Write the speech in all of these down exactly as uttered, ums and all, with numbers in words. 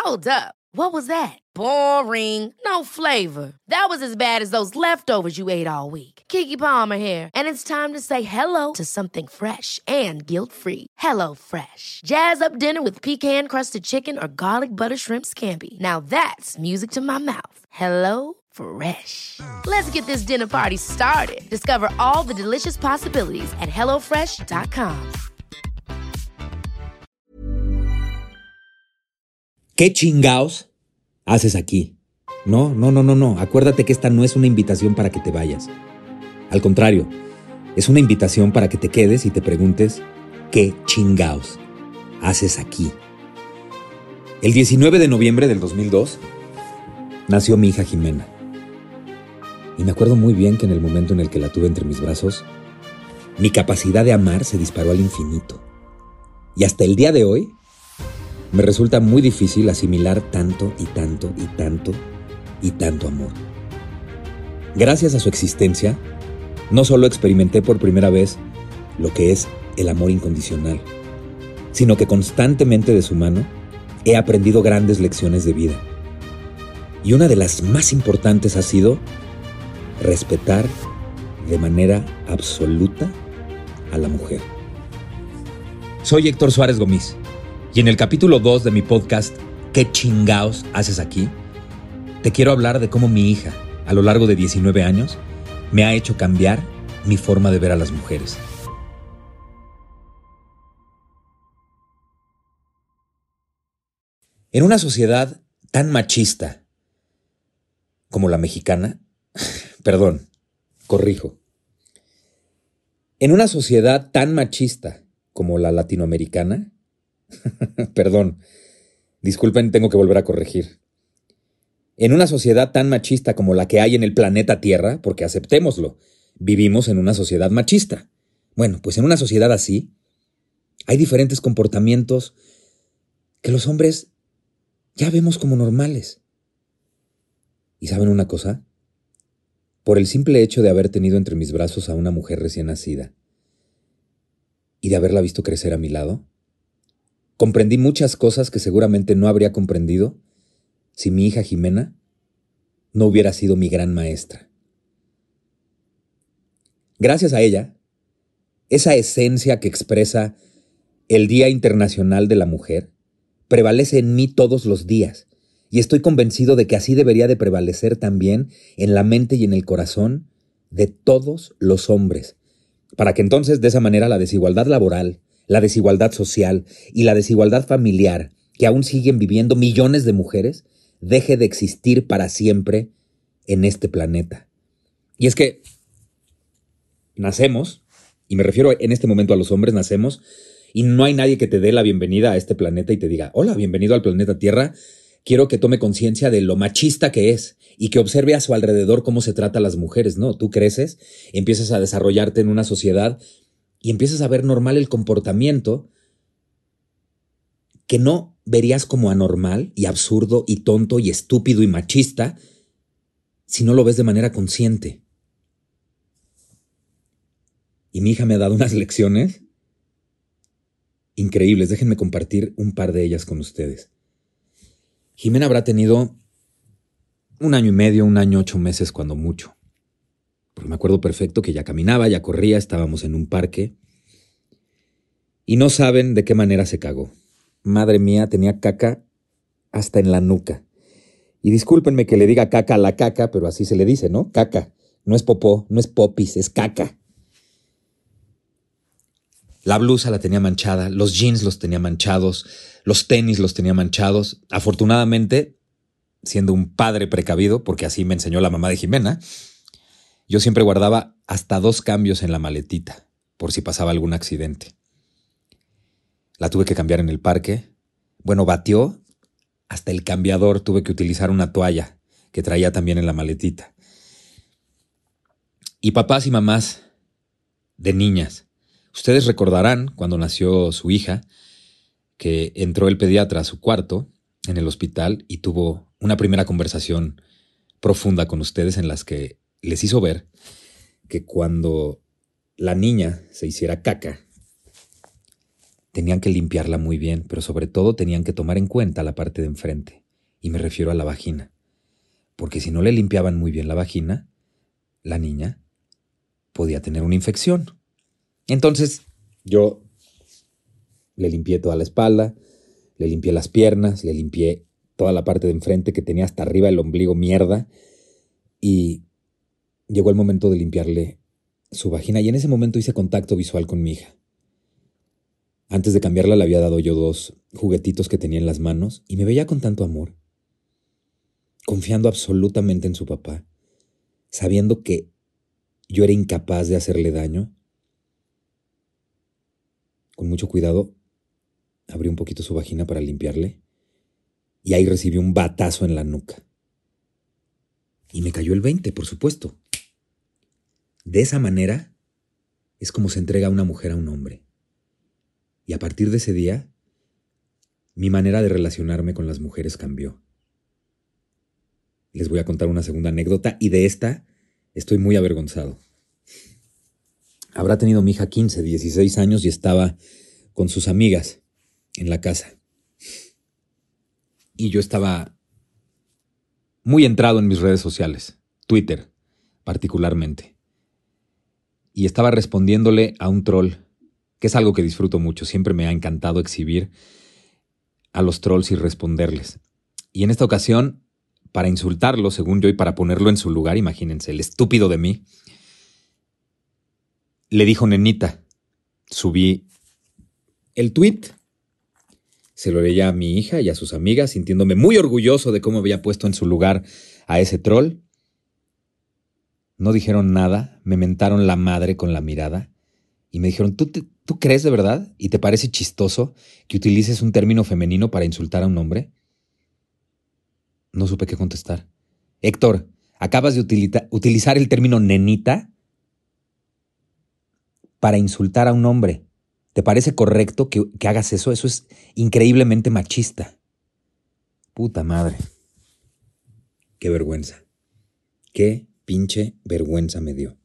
Hold up. What was that? Boring. No flavor. That was as bad as those leftovers you ate all week. Keke Palmer here, and it's time to say hello to something fresh and guilt-free. Hello Fresh. Jazz up dinner with pecan-crusted chicken or garlic butter shrimp scampi. Now that's music to my mouth. Hello Fresh. Let's get this dinner party started. Discover all the delicious possibilities at hello fresh dot com. ¿Qué chingaos haces aquí? No, no, no, no, no. Acuérdate que esta no es una invitación para que te vayas. Al contrario, es una invitación para que te quedes y te preguntes ¿qué chingaos haces aquí? El diecinueve de noviembre del dos mil dos nació mi hija Jimena. Y me acuerdo muy bien que en el momento en el que la tuve entre mis brazos, mi capacidad de amar se disparó al infinito. Y hasta el día de hoy, me resulta muy difícil asimilar tanto y tanto y tanto y tanto amor. Gracias a su existencia, no solo experimenté por primera vez lo que es el amor incondicional, sino que constantemente de su mano he aprendido grandes lecciones de vida. Y una de las más importantes ha sido respetar de manera absoluta a la mujer. Soy Héctor Suárez Gómez. Y en el capítulo dos de mi podcast, ¿qué chingaos haces aquí?, te quiero hablar de cómo mi hija, a lo largo de diecinueve años, me ha hecho cambiar mi forma de ver a las mujeres. En una sociedad tan machista como la mexicana, perdón, corrijo, en una sociedad tan machista como la latinoamericana, Perdón, disculpen, tengo que volver a corregir. En una sociedad tan machista como la que hay en el planeta Tierra, porque aceptémoslo, vivimos en una sociedad machista. Bueno, pues en una sociedad así, hay diferentes comportamientos que los hombres ya vemos como normales. ¿Y saben una cosa? Por el simple hecho de haber tenido entre mis brazos a una mujer recién nacida y de haberla visto crecer a mi lado, comprendí muchas cosas que seguramente no habría comprendido si mi hija Jimena no hubiera sido mi gran maestra. Gracias a ella, esa esencia que expresa el Día Internacional de la Mujer prevalece en mí todos los días, y estoy convencido de que así debería de prevalecer también en la mente y en el corazón de todos los hombres, para que entonces de esa manera la desigualdad laboral, la desigualdad social y la desigualdad familiar que aún siguen viviendo millones de mujeres deje de existir para siempre en este planeta. Y es que nacemos, y me refiero en este momento a los hombres, nacemos, y no hay nadie que te dé la bienvenida a este planeta y te diga, hola, bienvenido al planeta Tierra, quiero que tome conciencia de lo machista que es y que observe a su alrededor cómo se trata a las mujeres. No, tú creces, empiezas a desarrollarte en una sociedad y empiezas a ver normal el comportamiento que no verías como anormal y absurdo y tonto y estúpido y machista si no lo ves de manera consciente. Y mi hija me ha dado unas lecciones increíbles. Déjenme compartir un par de ellas con ustedes. Jimena habrá tenido un año y medio, un año, ocho meses cuando mucho. Porque me acuerdo perfecto que ya caminaba, ya corría, estábamos en un parque. Y no saben de qué manera se cagó. Madre mía, tenía caca hasta en la nuca. Y discúlpenme que le diga caca a la caca, pero así se le dice, ¿no? Caca. No es popó, no es popis, es caca. La blusa la tenía manchada, los jeans los tenía manchados, los tenis los tenía manchados. Afortunadamente, siendo un padre precavido, porque así me enseñó la mamá de Jimena, yo siempre guardaba hasta dos cambios en la maletita, por si pasaba algún accidente. La tuve que cambiar en el parque. Bueno, batió, hasta el cambiador tuve que utilizar una toalla que traía también en la maletita. Y papás y mamás de niñas, ustedes recordarán cuando nació su hija, que entró el pediatra a su cuarto en el hospital y tuvo una primera conversación profunda con ustedes en las que les hizo ver que cuando la niña se hiciera caca, tenían que limpiarla muy bien, pero sobre todo tenían que tomar en cuenta la parte de enfrente. Y me refiero a la vagina. Porque si no le limpiaban muy bien la vagina, la niña podía tener una infección. Entonces yo le limpié toda la espalda, le limpié las piernas, le limpié toda la parte de enfrente que tenía hasta arriba el ombligo mierda, y llegó el momento de limpiarle su vagina, y en ese momento hice contacto visual con mi hija. Antes de cambiarla le había dado yo dos juguetitos que tenía en las manos y me veía con tanto amor, confiando absolutamente en su papá, sabiendo que yo era incapaz de hacerle daño. Con mucho cuidado abrí un poquito su vagina para limpiarle y ahí recibí un batazo en la nuca. Y me cayó el veinte, por supuesto. De esa manera es como se entrega una mujer a un hombre. Y a partir de ese día, mi manera de relacionarme con las mujeres cambió. Les voy a contar una segunda anécdota y de esta estoy muy avergonzado. Habrá tenido mi hija quince, dieciséis años y estaba con sus amigas en la casa. Y yo estaba muy entrado en mis redes sociales, Twitter particularmente. Y estaba respondiéndole a un troll, que es algo que disfruto mucho. Siempre me ha encantado exhibir a los trolls y responderles. Y en esta ocasión, para insultarlo, según yo, y para ponerlo en su lugar, imagínense, el estúpido de mí, le dijo nenita. Subí el tweet, se lo leía a mi hija y a sus amigas, sintiéndome muy orgulloso de cómo había puesto en su lugar a ese troll. No dijeron nada, me mentaron la madre con la mirada y me dijeron, ¿tú, te, ¿tú crees de verdad y te parece chistoso que utilices un término femenino para insultar a un hombre? No supe qué contestar. Héctor, acabas de utilita- utilizar el término nenita para insultar a un hombre. ¿Te parece correcto que, que hagas eso? Eso es increíblemente machista. Puta madre. Qué vergüenza. Qué pinche vergüenza me dio.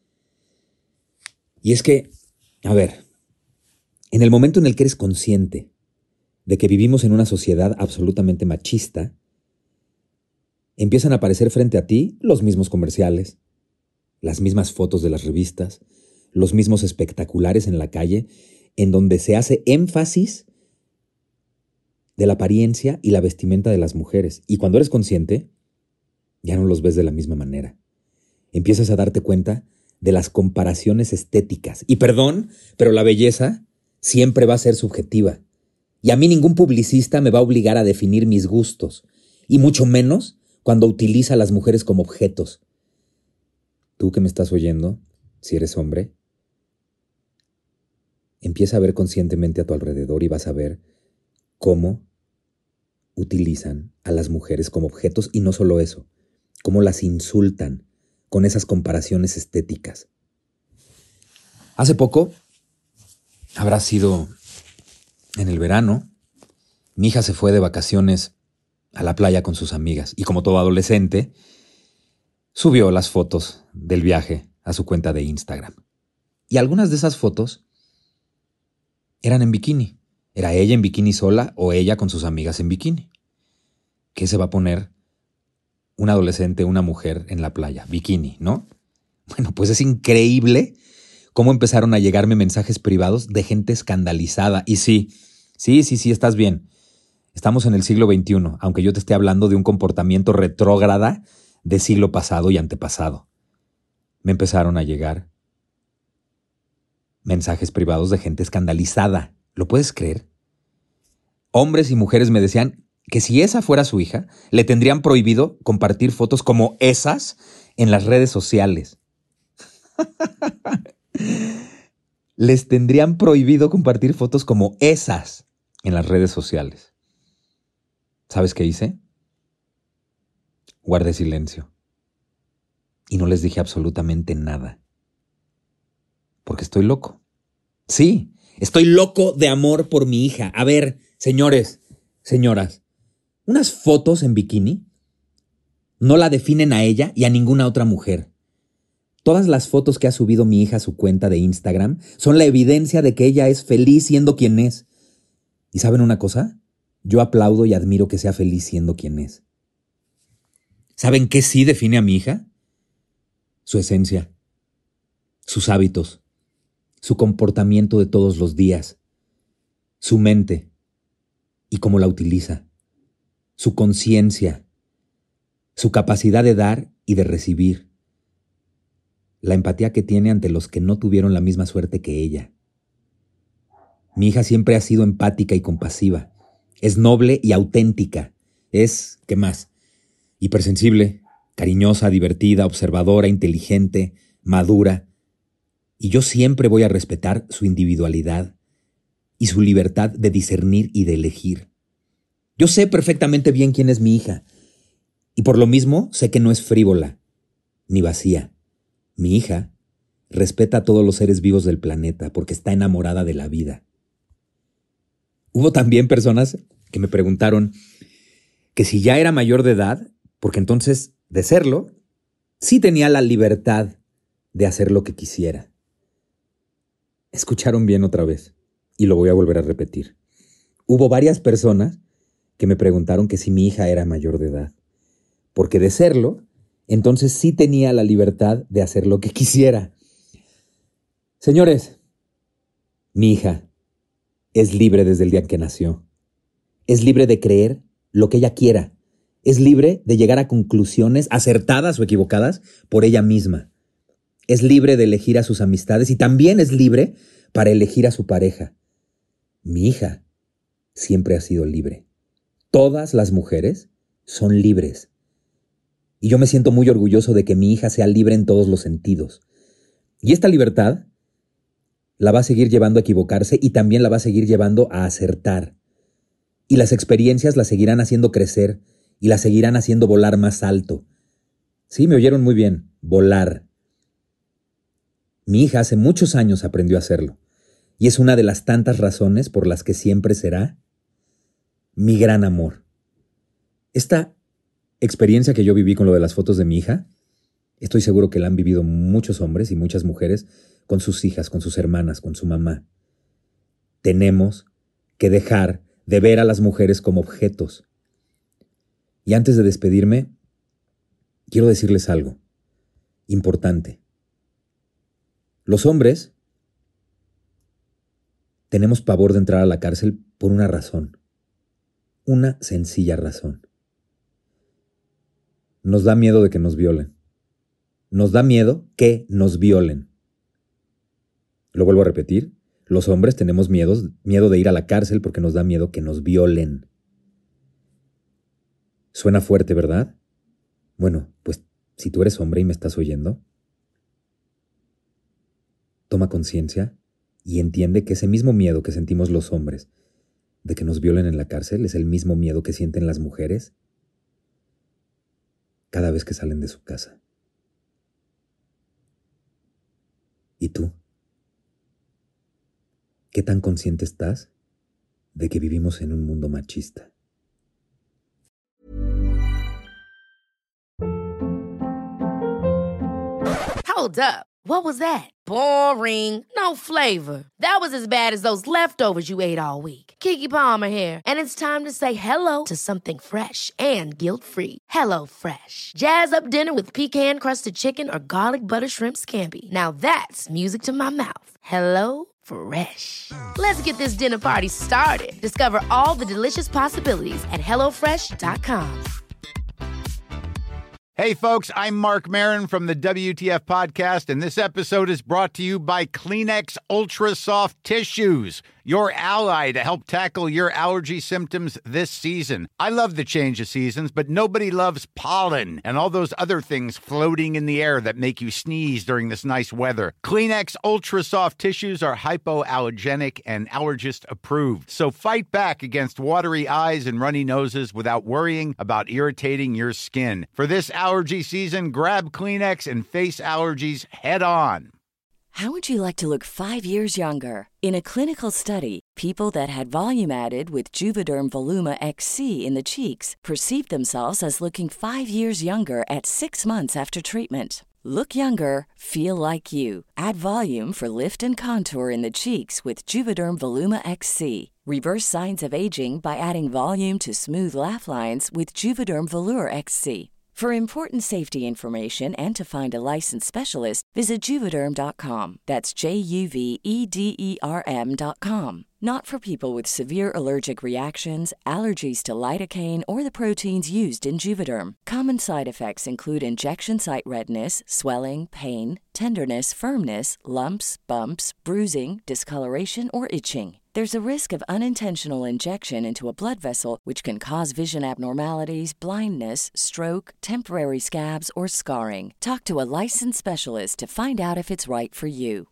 Y es que, a ver, en el momento en el que eres consciente de que vivimos en una sociedad absolutamente machista, empiezan a aparecer frente a ti los mismos comerciales, las mismas fotos de las revistas, los mismos espectaculares en la calle, en donde se hace énfasis de la apariencia y la vestimenta de las mujeres. Y cuando eres consciente, ya no los ves de la misma manera. Empiezas a darte cuenta de las comparaciones estéticas. Y perdón, pero la belleza siempre va a ser subjetiva. Y a mí ningún publicista me va a obligar a definir mis gustos. Y mucho menos cuando utiliza a las mujeres como objetos. Tú que me estás oyendo, si eres hombre, empieza a ver conscientemente a tu alrededor y vas a ver cómo utilizan a las mujeres como objetos, y no solo eso, cómo las insultan con esas comparaciones estéticas. Hace poco, habrá sido en el verano, mi hija se fue de vacaciones a la playa con sus amigas y, como todo adolescente, subió las fotos del viaje a su cuenta de Instagram. Y algunas de esas fotos eran en bikini. Era ella en bikini sola o ella con sus amigas en bikini. ¿Qué se va a poner un adolescente, una mujer en la playa? Bikini, ¿no? Bueno, pues es increíble cómo empezaron a llegarme mensajes privados de gente escandalizada. Y sí, sí, sí, sí, estás bien. Estamos en el siglo veintiuno, aunque yo te esté hablando de un comportamiento retrógrada de siglo pasado y antepasado. Me empezaron a llegar mensajes privados de gente escandalizada. ¿Lo puedes creer? Hombres y mujeres me decían que si esa fuera su hija, le tendrían prohibido compartir fotos como esas en las redes sociales. Les tendrían prohibido compartir fotos como esas en las redes sociales. ¿Sabes qué hice? Guardé silencio. Y no les dije absolutamente nada. Porque estoy loco. Sí, estoy loco de amor por mi hija. A ver, señores, señoras, unas fotos en bikini no la definen a ella y a ninguna otra mujer. Todas las fotos que ha subido mi hija a su cuenta de Instagram son la evidencia de que ella es feliz siendo quien es. ¿Y saben una cosa? Yo aplaudo y admiro que sea feliz siendo quien es. ¿Saben qué sí define a mi hija? Su esencia, sus hábitos, su comportamiento de todos los días, su mente y cómo la utiliza, su conciencia, su capacidad de dar y de recibir, la empatía que tiene ante los que no tuvieron la misma suerte que ella. Mi hija siempre ha sido empática y compasiva, es noble y auténtica, es, ¿qué más? Hipersensible, cariñosa, divertida, observadora, inteligente, madura. Y yo siempre voy a respetar su individualidad y su libertad de discernir y de elegir. Yo sé perfectamente bien quién es mi hija. Y por lo mismo sé que no es frívola, ni vacía. Mi hija respeta a todos los seres vivos del planeta porque está enamorada de la vida. Hubo también personas que me preguntaron que si ya era mayor de edad, porque entonces, de serlo, sí tenía la libertad de hacer lo que quisiera. Escucharon bien otra vez, y lo voy a volver a repetir. Hubo varias personas que me preguntaron que si mi hija era mayor de edad, porque de serlo, entonces sí tenía la libertad de hacer lo que quisiera. Señores, mi hija es libre desde el día en que nació. Es libre de creer lo que ella quiera. Es libre de llegar a conclusiones acertadas o equivocadas por ella misma. Es libre de elegir a sus amistades y también es libre para elegir a su pareja. Mi hija siempre ha sido libre. Todas las mujeres son libres. Y yo me siento muy orgulloso de que mi hija sea libre en todos los sentidos. Y esta libertad la va a seguir llevando a equivocarse y también la va a seguir llevando a acertar. Y las experiencias la seguirán haciendo crecer y la seguirán haciendo volar más alto. Sí, me oyeron muy bien, volar. Mi hija hace muchos años aprendió a hacerlo. Y es una de las tantas razones por las que siempre será mi gran amor. Esta experiencia que yo viví con lo de las fotos de mi hija, estoy seguro que la han vivido muchos hombres y muchas mujeres con sus hijas, con sus hermanas, con su mamá. Tenemos que dejar de ver a las mujeres como objetos. Y antes de despedirme, quiero decirles algo importante. Los hombres tenemos pavor de entrar a la cárcel por una razón. Una sencilla razón. Nos da miedo de que nos violen. Nos da miedo que nos violen. Lo vuelvo a repetir. Los hombres tenemos miedos, miedo de ir a la cárcel porque nos da miedo que nos violen. Suena fuerte, ¿verdad? Bueno, pues si tú eres hombre y me estás oyendo, toma conciencia y entiende que ese mismo miedo que sentimos los hombres de que nos violen en la cárcel es el mismo miedo que sienten las mujeres cada vez que salen de su casa. ¿Y tú? ¿Qué tan consciente estás de que vivimos en un mundo machista? Hold up. What was that? Boring. No flavor. That was as bad as those leftovers you ate all week. Keke Palmer here, and it's time to say hello to something fresh and guilt-free. Hello Fresh. Jazz up dinner with pecan-crusted chicken or garlic butter shrimp scampi. Now that's music to my mouth. Hello Fresh. Let's get this dinner party started. Discover all the delicious possibilities at hello fresh dot com. Hey, folks, I'm Mark Maron from the W T F Podcast, and this episode is brought to you by Kleenex Ultra Soft Tissues, your ally to help tackle your allergy symptoms this season. I love the change of seasons, but nobody loves pollen and all those other things floating in the air that make you sneeze during this nice weather. Kleenex Ultra Soft Tissues are hypoallergenic and allergist approved, so fight back against watery eyes and runny noses without worrying about irritating your skin. For this allergy season, grab Kleenex and face allergies head on. How would you like to look five years younger? In a clinical study, people that had volume added with Juvederm Voluma X C in the cheeks perceived themselves as looking five years younger at six months after treatment. Look younger, feel like you. Add volume for lift and contour in the cheeks with Juvederm Voluma X C. Reverse signs of aging by adding volume to smooth laugh lines with Juvederm Volure X C. For important safety information and to find a licensed specialist, visit Juvederm dot com. That's J U V E D E R M dot com. Not for people with severe allergic reactions, allergies to lidocaine, or the proteins used in Juvederm. Common side effects include injection site redness, swelling, pain, tenderness, firmness, lumps, bumps, bruising, discoloration, or itching. There's a risk of unintentional injection into a blood vessel, which can cause vision abnormalities, blindness, stroke, temporary scabs, or scarring. Talk to a licensed specialist to find out if it's right for you.